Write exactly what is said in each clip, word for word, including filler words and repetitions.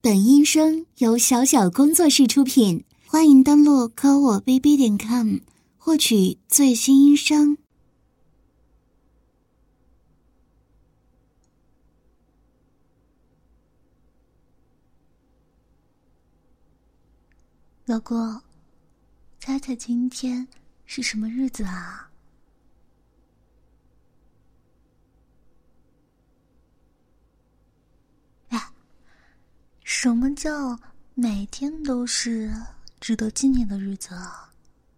本音声由小小工作室出品，欢迎登录科我 B B 点 com 获取最新音声。 老公，猜猜今天是什么日子啊？哎，什么叫每天都是值得纪念的日子啊？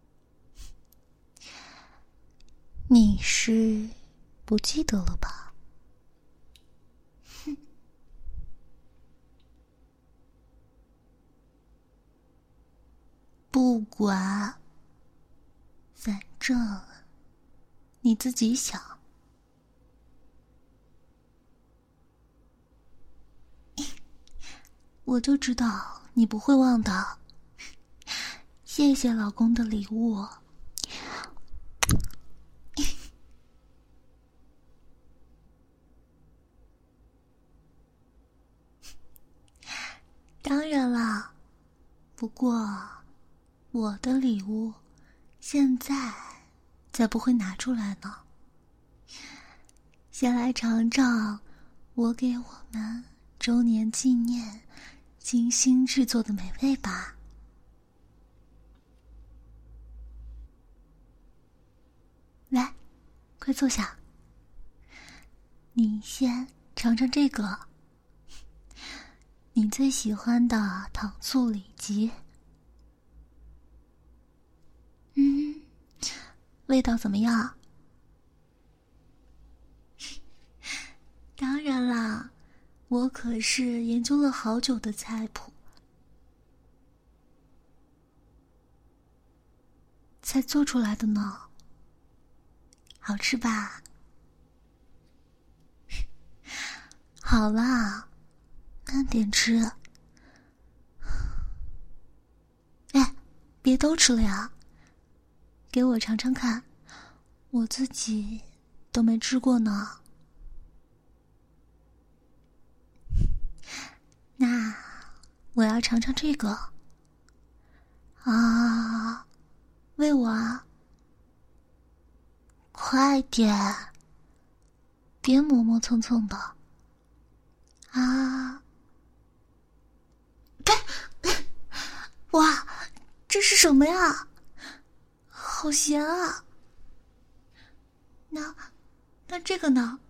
你是不记得了吧？哼，不管，反正你自己想。我就知道你不会忘的。谢谢老公的礼物。当然了，不过我的礼物现在才不会拿出来呢。先来尝尝我给我们周年纪念精心制作的美味吧。来，快坐下。你先尝尝这个，你最喜欢的糖醋里脊。嗯，味道怎么样？当然啦，我可是研究了好久的菜谱才做出来的呢。好吃吧？好啦，慢点吃。哎，别都吃了呀，给我尝尝看，我自己都没吃过呢。那我要尝尝这个。啊，喂我啊，快点，别磨磨蹭蹭的。啊！哇，这是什么呀？好咸啊！那那这个呢？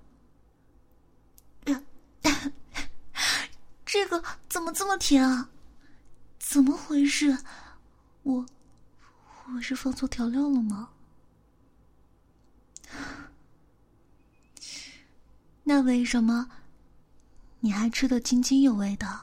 这个怎么这么甜啊？怎么回事？我我是放错调料了吗？那为什么你还吃得津津有味的？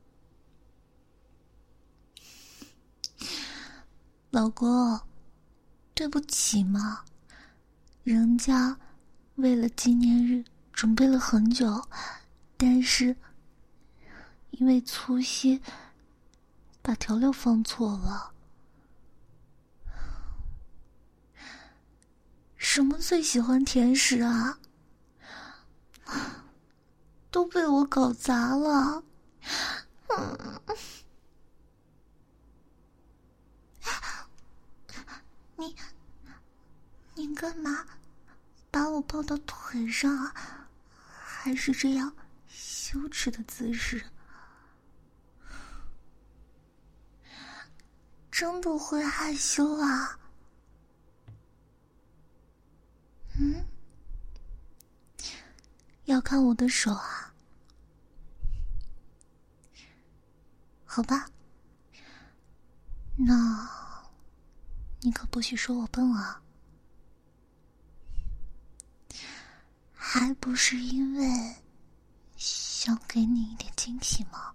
老公，对不起嘛，人家为了纪念日准备了很久，但是因为粗心把调料放错了。什么最喜欢甜食啊？都被我搞砸了。嗯，你你干嘛把我抱到腿上啊？还是这样羞耻的姿势？真的会害羞啊？嗯，要看我的手啊？好吧，那你可不许说我笨啊。还不是因为想给你一点惊喜吗？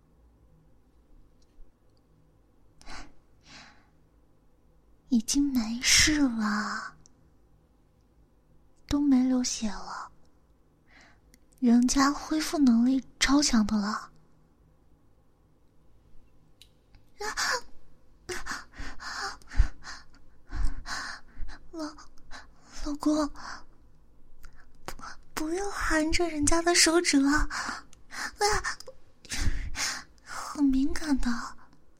已经没事了，都没流血了，人家恢复能力超强的了。老老公，不不要含着人家的手指了，啊！ 很敏感的。啊，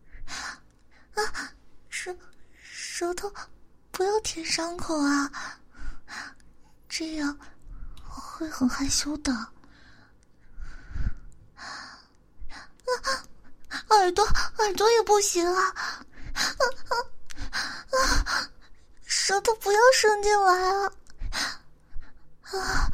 舌舌头不要舔伤口啊，这样会很害羞的。啊，耳朵耳朵也不行啊！啊啊啊！舌头不要伸进来啊！啊！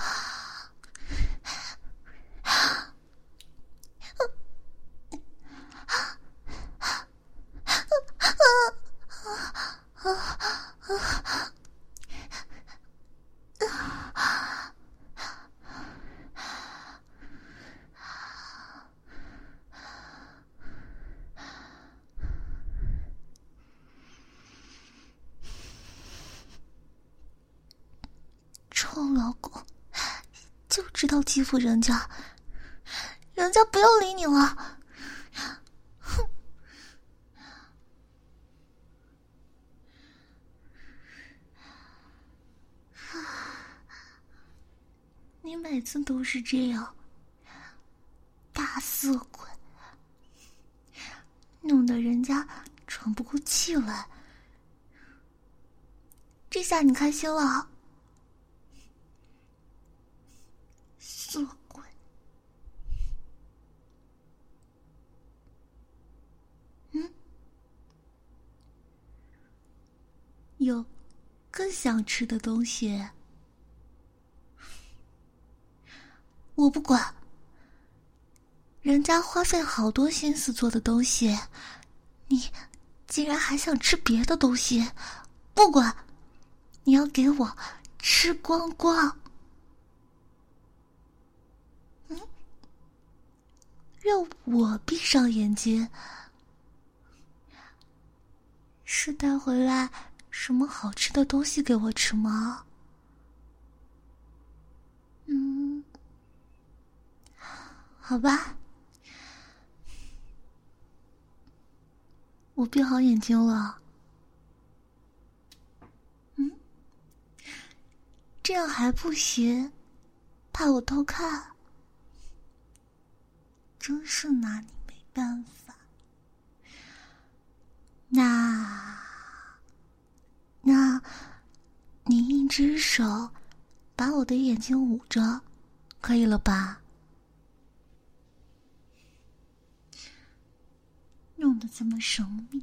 臭老公，就知道欺负人家，人家不要理你了。哼！你每次都是这样，大色鬼，弄得人家喘不过气来。这下你开心了？色鬼！嗯，有更想吃的东西？我不管，人家花费好多心思做的东西，你竟然还想吃别的东西？不管，你要给我吃光光。嗯，让我闭上眼睛，是带回来什么好吃的东西给我吃吗？嗯，好吧，我闭好眼睛了。嗯，这样还不行，怕我偷看，真是拿你没办法。那，那，你一只手把我的眼睛捂着，可以了吧？弄得这么神秘。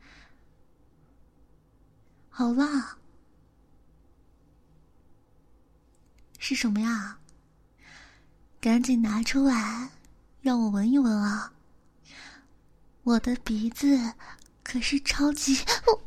好啦，是什么呀？赶紧拿出来，让我闻一闻啊！我的鼻子可是超级……哦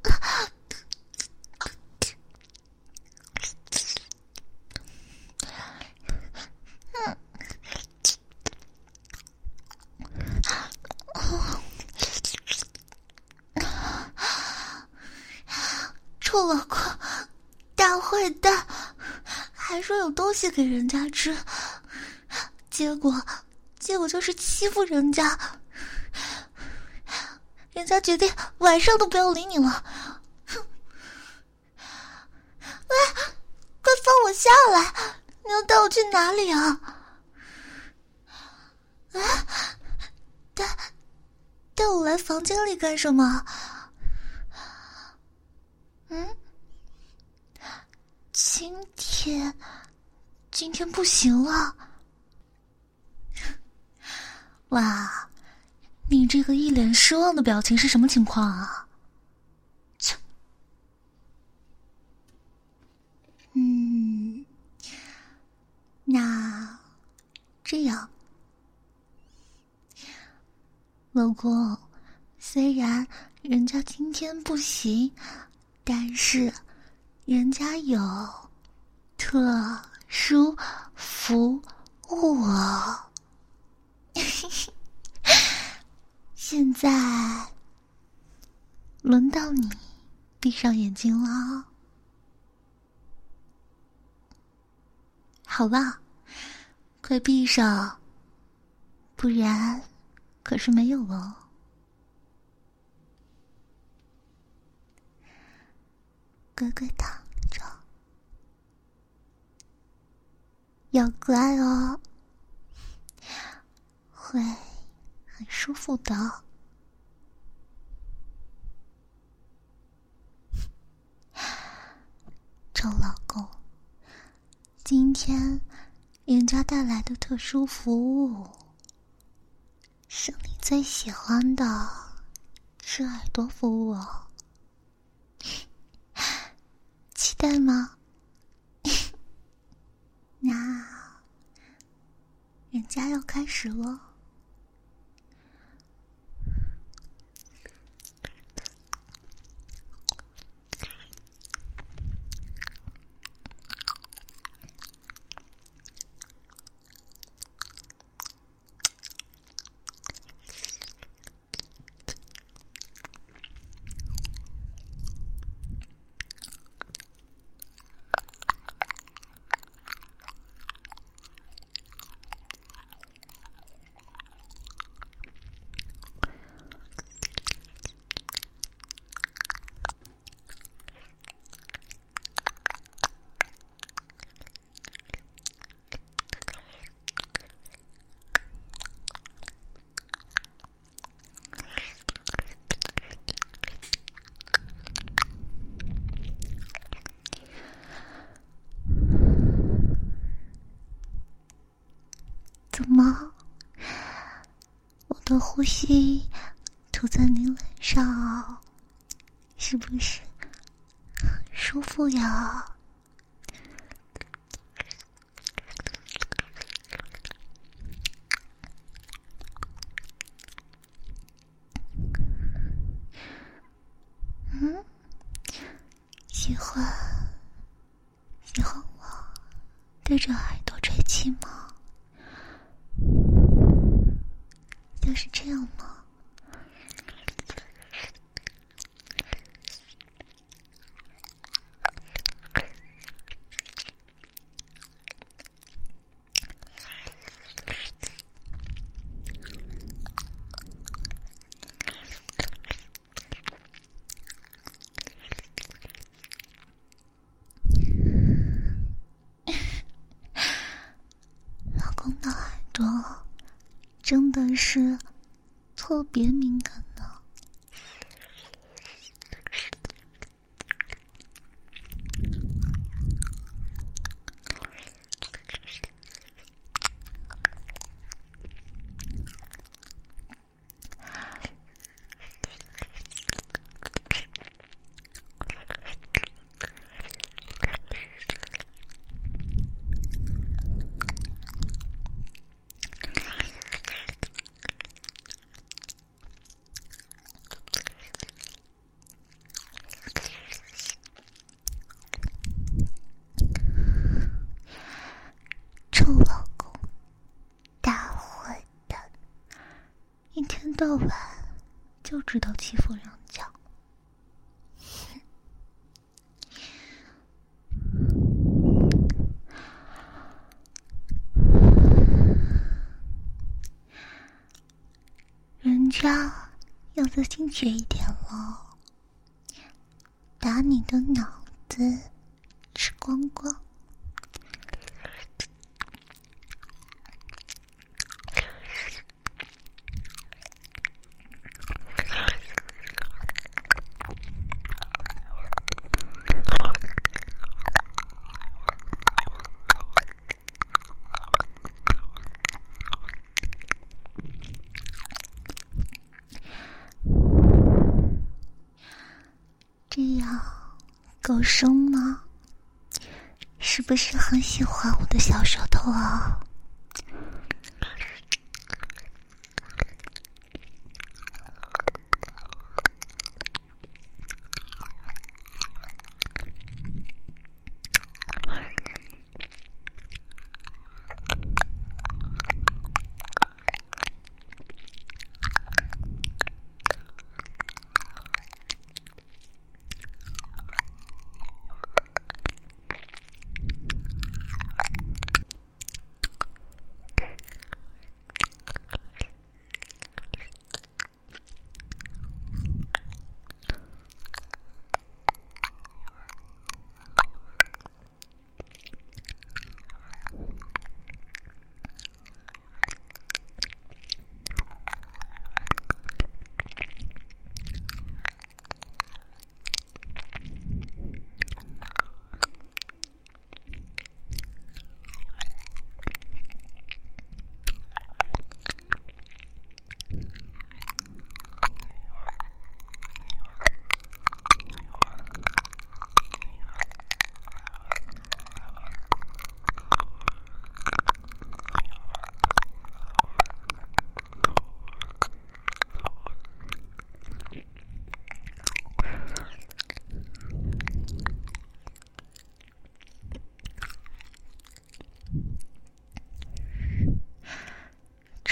臭老公，大坏蛋，还说有东西给人家吃，结果结果就是欺负人家，人家决定晚上都不要理你了。喂，快放我下来！你要带我去哪里啊？啊，带带我来房间里干什么？嗯，今天今天不行了。哇，你这个一脸失望的表情是什么情况啊？切，嗯，那这样，老公，虽然人家今天不行，但是人家有特殊服务哦。现在轮到你闭上眼睛了。好了，快闭上，不然可是没有了。乖乖躺着，要乖哦，会很舒服的。臭老公，今天人家带来的特殊服务是你最喜欢的吃耳朵服务哦，期待吗？那人家要开始了。怎么？我的呼吸吐在你脸上，是不是很舒服呀？嗯，喜欢喜欢我对着耳朵吹气吗？就是这样吗？老公的耳朵真的是特别敏感的。臭老公，大坏蛋，一天到晚就知道欺负人家。人家要自信觉一点了，打你的脑子吃光光。这样够生吗？是不是很喜欢我的小舌头啊？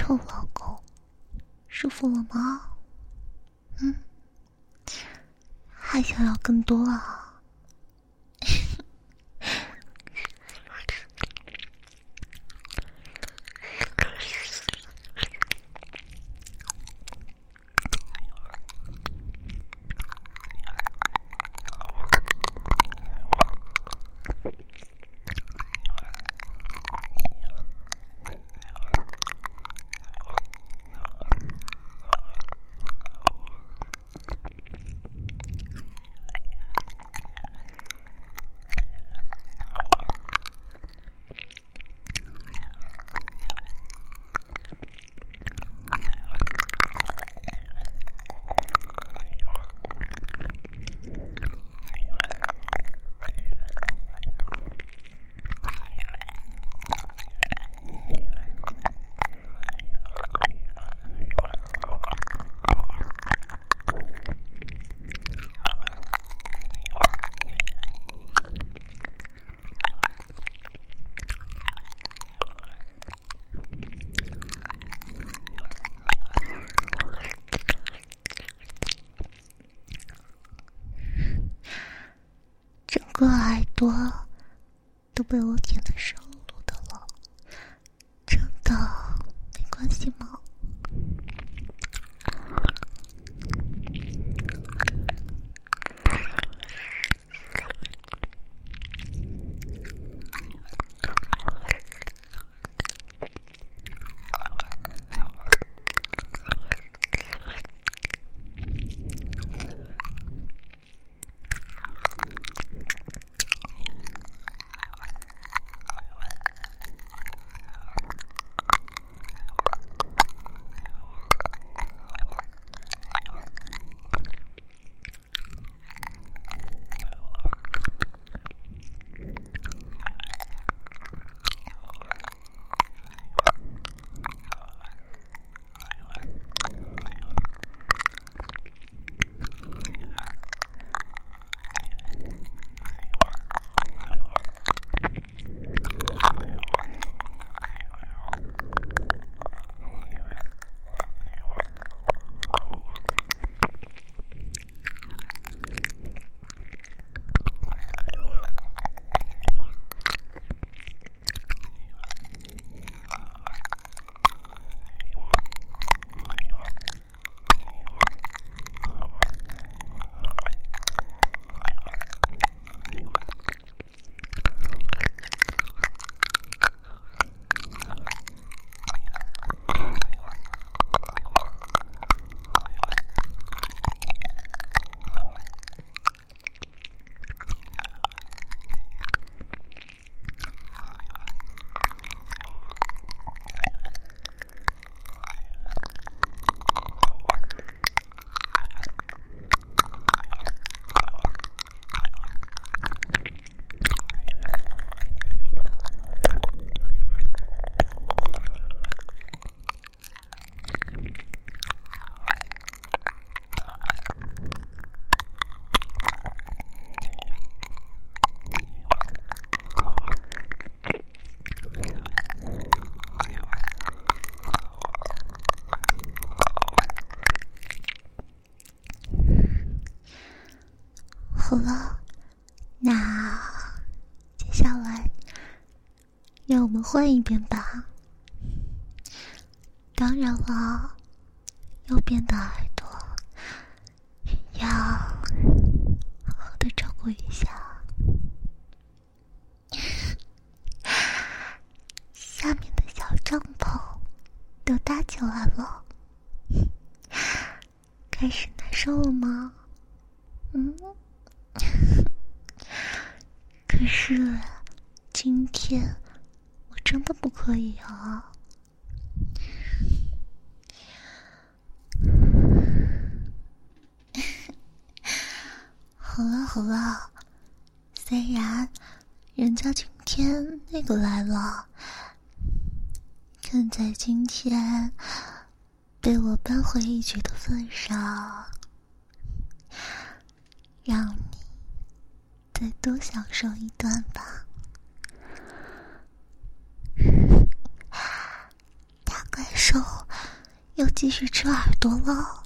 臭老公，舒服了吗？嗯，还想要更多啊？整个耳朵都被我舔得湿漉漉的了，真的没关系吗？好了，那接下来让我们换一边吧。当然了，右边的耳朵要好好的照顾一下。下面的小帐篷都搭起来了，开始难受了吗？嗯。可是今天我真的不可以啊！好了好了，虽然人家今天那个来了，看在今天被我扳回一局的份上，让你再多享受一段吧。大怪兽要继续吃耳朵了。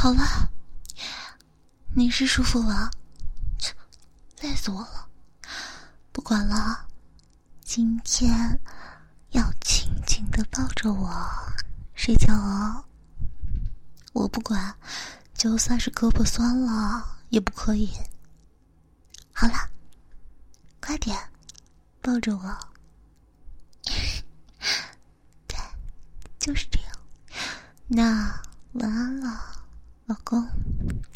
好了，你是舒服了，累死我了。不管了，今天要紧紧地抱着我睡觉哦。我不管，就算是胳膊酸了也不可以。好了，快点抱着我。对，就是这样。那晚安了，老公。